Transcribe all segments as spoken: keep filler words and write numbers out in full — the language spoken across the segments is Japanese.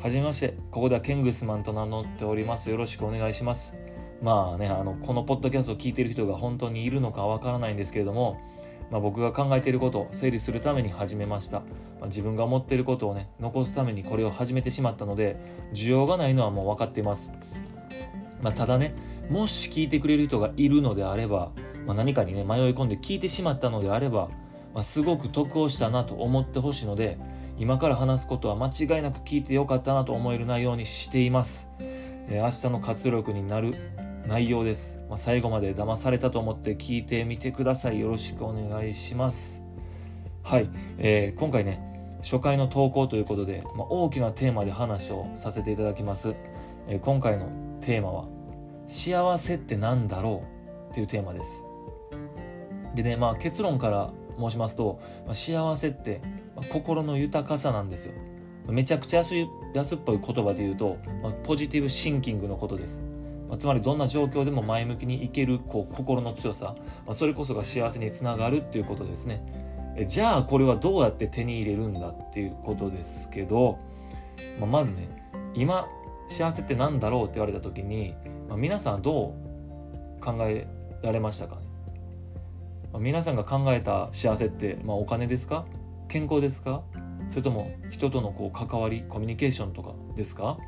はじめまして。ここではケングスマンと名乗っております。よろしくお願いします。まあね、あのこのポッドキャストを聞いている人が本当にいるのかわからないんですけれども、まあ、僕が考えていることを整理するために始めました。まあ、自分が思っていることをね残すためにこれを始めてしまったので、需要がないのはもう分かっています。まあ、ただね、もし聞いてくれる人がいるのであれば、まあ、何かにね迷い込んで聞いてしまったのであれば、まあ、すごく得をしたなと思ってほしいので、今から話すことは間違いなく聞いてよかったなと思える内容にしています。えー、明日の活力になる内容です。まあ、最後まで騙されたと思って聞いてみてください。よろしくお願いします。はい、えー、今回ね初回の投稿ということで、まあ、大きなテーマで話をさせていただきます。えー、今回のテーマは幸せってなんだろうっていうテーマです。でね、まあ結論から申しますと、まあ、幸せって、まあ、心の豊かさなんですよ。めちゃくちゃ安い安っぽい言葉で言うと、まあ、ポジティブシンキングのことです。まあ、つまりどんな状況でも前向きにいけるこう心の強さ、まあ、それこそが幸せにつながるっていうことですね。えじゃあこれはどうやって手に入れるんだっていうことですけど、まあ、まずね、今幸せってなんだろうって言われた時に、まあ、皆さんはどう考えられましたかね。まあ、皆さんが考えた幸せって、まあ、お金ですか、健康ですか、それとも人とのこう関わりコミュニケーションとかですか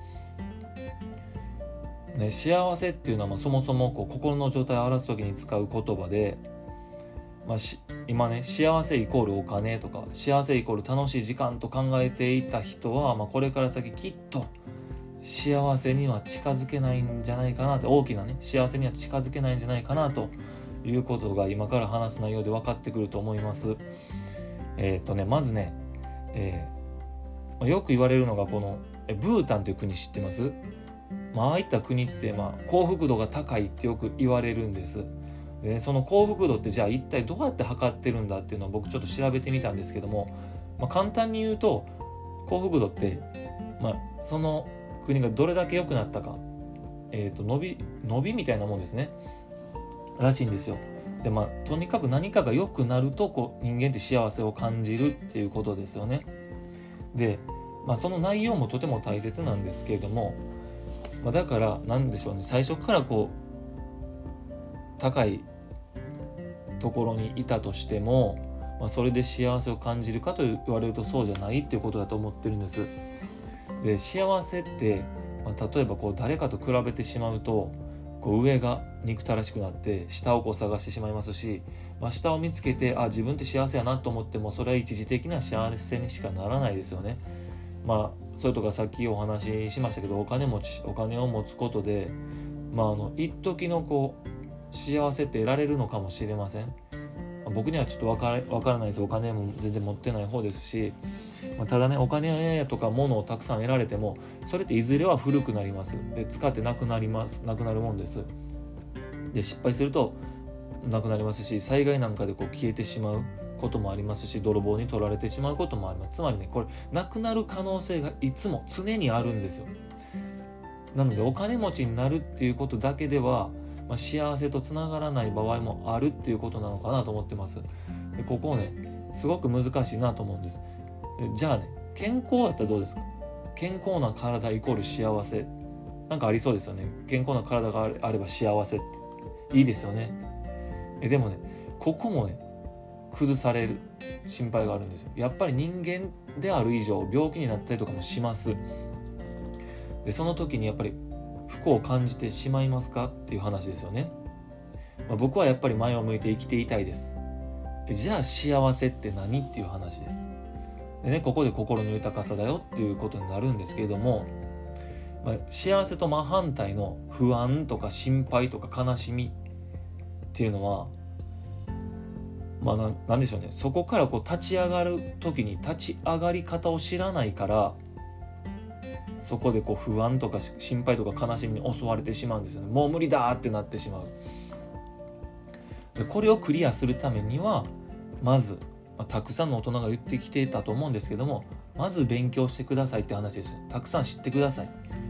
ね。幸せっていうのはまあそもそもこう心の状態を表す時に使う言葉で、まあ、し今ね幸せイコールお金とか幸せイコール楽しい時間と考えていた人は、まあ、これから先きっと幸せには近づけないんじゃないかなって、大きなね幸せには近づけないんじゃないかなということが今から話す内容で分かってくると思います。えー、っとねまずね、えー、よく言われるのがこのえブータンという国知ってます？まあ、ああいった国ってまあ幸福度が高いってよく言われるんです。でね、その幸福度ってじゃあ一体どうやって測ってるんだっていうのを僕ちょっと調べてみたんですけども、まあ、簡単に言うと幸福度って、まあ、その国がどれだけ良くなったか、えー、と伸び伸びみたいなもんですねらしいんですよ。でまあとにかく何かが良くなるとこう人間って幸せを感じるっていうことですよね。で、まあ、その内容もとても大切なんですけれども、まあ、だからなんでしょうね、最初からこう高いところにいたとしても、まあ、それで幸せを感じるかと言われるとそうじゃないっていうことだと思ってるんです。で幸せって、まあ、例えばこう誰かと比べてしまうとこう上が憎たらしくなって下をこう探してしまいますし、まあ、下を見つけてあ自分って幸せやなと思ってもそれは一時的な幸せにしかならないですよね。まあそれとかさっきお話ししましたけど、お金持ちお金を持つことで、まああの一時のこう幸せって得られるのかもしれません。僕にはちょっと分から、分からないです。お金も全然持ってない方ですし、まあ、ただねお金とか物をたくさん得られてもそれっていずれは古くなります。で使ってなくなりますなくなるもんです。で失敗するとなくなりますし、災害なんかでこう消えてしまうこともありますし、泥棒に取られてしまうこともあります。つまりねこれなくなる可能性がいつも常にあるんですよ。なのでお金持ちになるっていうことだけではまあ、幸せとつながらない場合もあるっていうことなのかなと思ってます。でここをねすごく難しいなと思うんです。でじゃあね健康だったらどうですか。健康な体イコール幸せなんかありそうですよね。健康な体があれば幸せっていいですよね。えでもねここもね崩される心配があるんですよ。やっぱり人間である以上病気になったりとかもします。でその時にやっぱり不幸を感じてしまいますかっていう話ですよね。まあ、僕はやっぱり前を向いて生きていたいです。じゃあ幸せって何っていう話です。でね、ここで心の豊かさだよっていうことになるんですけれども、まあ、幸せと真反対の不安とか心配とか悲しみっていうのはまあ な, なんでしょうね、そこからこう立ち上がる時に立ち上がり方を知らないからそこでこう不安とか心配とか悲しみに襲われてしまうんですよね。もう無理だってなってしまう。でこれをクリアするためにはまず、まあ、たくさんの大人が言ってきてたと思うんですけども、まず勉強してくださいって話ですよ。たくさん知ってください。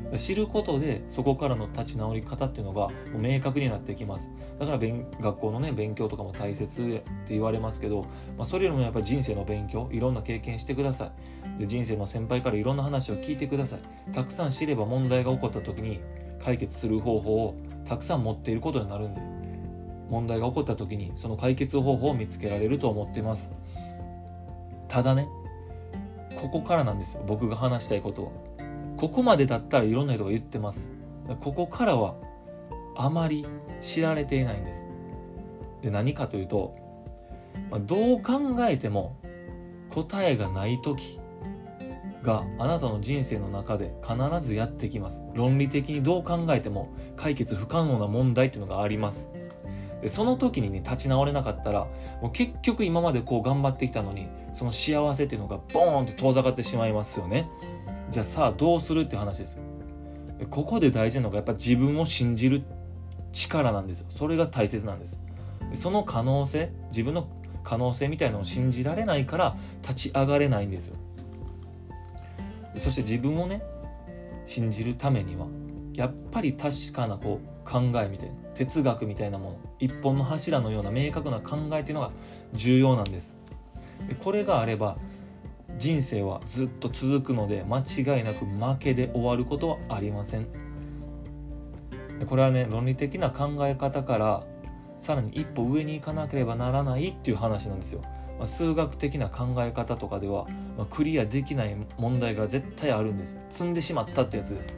知ることでそこからの立ち直り方っていうのがもう明確になってきます。だから勉学校のね勉強とかも大切って言われますけど、まあ、それよりもやっぱり人生の勉強、いろんな経験してください。で人生の先輩からいろんな話を聞いてください。たくさん知れば問題が起こった時に解決する方法をたくさん持っていることになるんで、問題が起こった時にその解決方法を見つけられると思っています。ただね、ここからなんですよ、僕が話したいことは。ここまでだったらいろんな人が言ってます。ここからはあまり知られていないんです。で、何かというと、どう考えても答えがない時があなたの人生の中で必ずやってきます。論理的にどう考えても解決不可能な問題っていうのがあります。でその時にね立ち直れなかったら、もう結局今までこう頑張ってきたのに、その幸せっていうのがボーンって遠ざかってしまいますよね。じゃあさあどうするっていう話ですよ。でここで大事なのがやっぱ自分を信じる力なんですよ。それが大切なんです。でその可能性、自分の可能性みたいなのを信じられないから立ち上がれないんですよ。でそして自分をね信じるためにはやっぱり確かなこう考えみたいな、哲学みたいなもの、一本の柱のような明確な考えっていうのが重要なんです。でこれがあれば人生はずっと続くので、間違いなく負けで終わることはありません。でこれはね論理的な考え方からさらに一歩上に行かなければならないっていう話なんですよ。まあ、数学的な考え方とかでは、まあ、クリアできない問題が絶対あるんです。積んでしまったってやつです。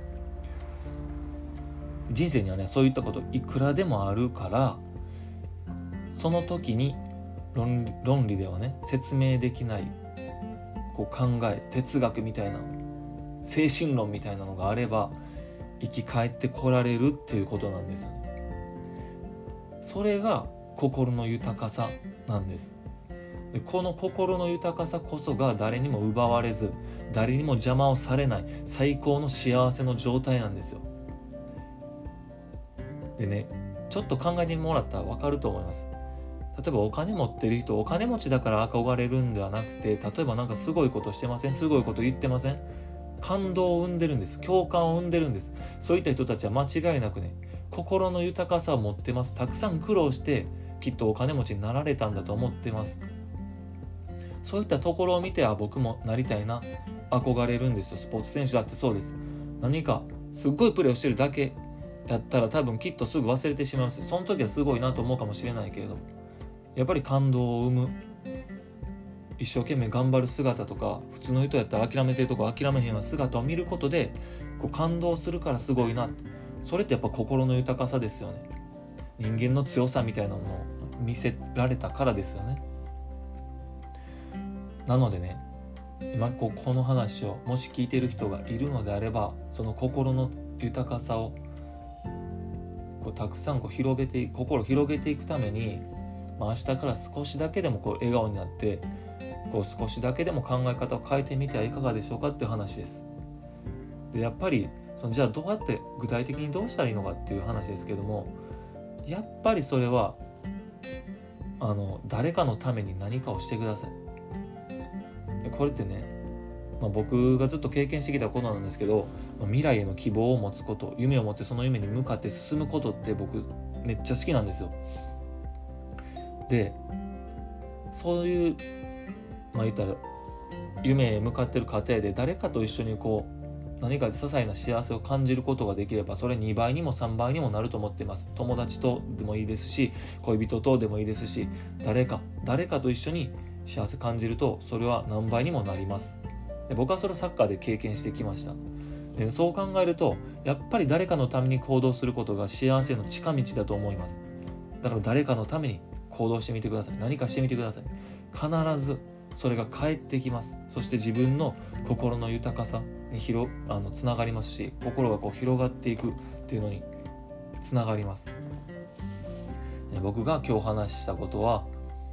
人生にはねそういったこといくらでもあるから、その時に 論理、論理ではね説明できないこう考え、哲学みたいな精神論みたいなのがあれば生き返ってこられるっていうことなんですよね。それが心の豊かさなんです。でこの心の豊かさこそが誰にも奪われず、誰にも邪魔をされない最高の幸せの状態なんですよ。でね、ちょっと考えてもらったら分かると思います。例えばお金持ってる人、お金持ちだから憧れるんではなくて、例えばなんかすごいことしてません？すごいこと言ってません？感動を生んでるんです。共感を生んでるんです。そういった人たちは間違いなくね、心の豊かさを持ってます。たくさん苦労してきっとお金持ちになられたんだと思ってます。そういったところを見て、あ、僕もなりたいな、憧れるんですよ。スポーツ選手だってそうです。何かすっごいプレーをしてるだけやったら多分きっとすぐ忘れてしまいます。その時はすごいなと思うかもしれないけれども、やっぱり感動を生む、一生懸命頑張る姿とか、普通の人やったら諦めてるとこ諦めへんような姿を見ることでこう感動するからすごいなって。それってやっぱ心の豊かさですよね。人間の強さみたいなものを見せられたからですよね。なのでね、今ここの話をもし聞いている人がいるのであれば、その心の豊かさをこうたくさんこう広げて心を広げていくために、まあ、明日から少しだけでもこう笑顔になってこう少しだけでも考え方を変えてみてはいかがでしょうかっていう話です。でやっぱりそのじゃあどうやって具体的にどうしたらいいのかっていう話ですけども、やっぱりそれはあの誰かのために何かをしてください。これってね、まあ、僕がずっと経験してきたことなんですけど、まあ、未来への希望を持つこと、夢を持ってその夢に向かって進むことって僕めっちゃ好きなんですよ。でそういうまあ言ったら夢へ向かってる過程で誰かと一緒にこう何か些細な幸せを感じることができれば、それにばいにもさんばいにもなると思っています。友達とでもいいですし、恋人とでもいいですし、誰か誰かと一緒に幸せ感じるとそれは何倍にもなります。で僕はそれをサッカーで経験してきました。でそう考えるとやっぱり誰かのために行動することが幸せの近道だと思います。だから誰かのために行動してみてください。何かしてみてください。必ずそれが返ってきます。そして自分の心の豊かさに広あのつながりますし、心がこう広がっていくっていうのにつながります。僕が今日話したことは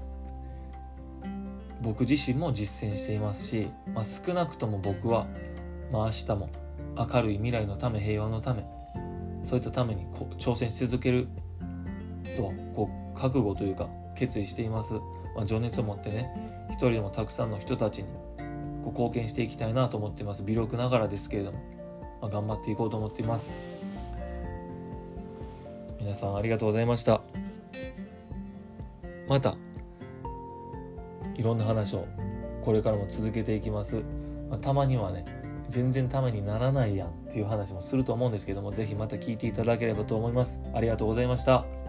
僕自身も実践していますし、まあ、少なくとも僕は、まあ、明日も明るい未来のため、平和のため、そういったためにこう挑戦し続けるとこう覚悟というか決意しています。まあ、情熱を持ってね、一人でもたくさんの人たちにこう貢献していきたいなと思っています。微力ながらですけれども。 まあ、頑張っていこうと思っています。皆さんありがとうございました。またいろんな話をこれからも続けていきます。まあ、たまにはね全然ためにならないやんっていう話もすると思うんですけども、ぜひまた聞いていただければと思います。ありがとうございました。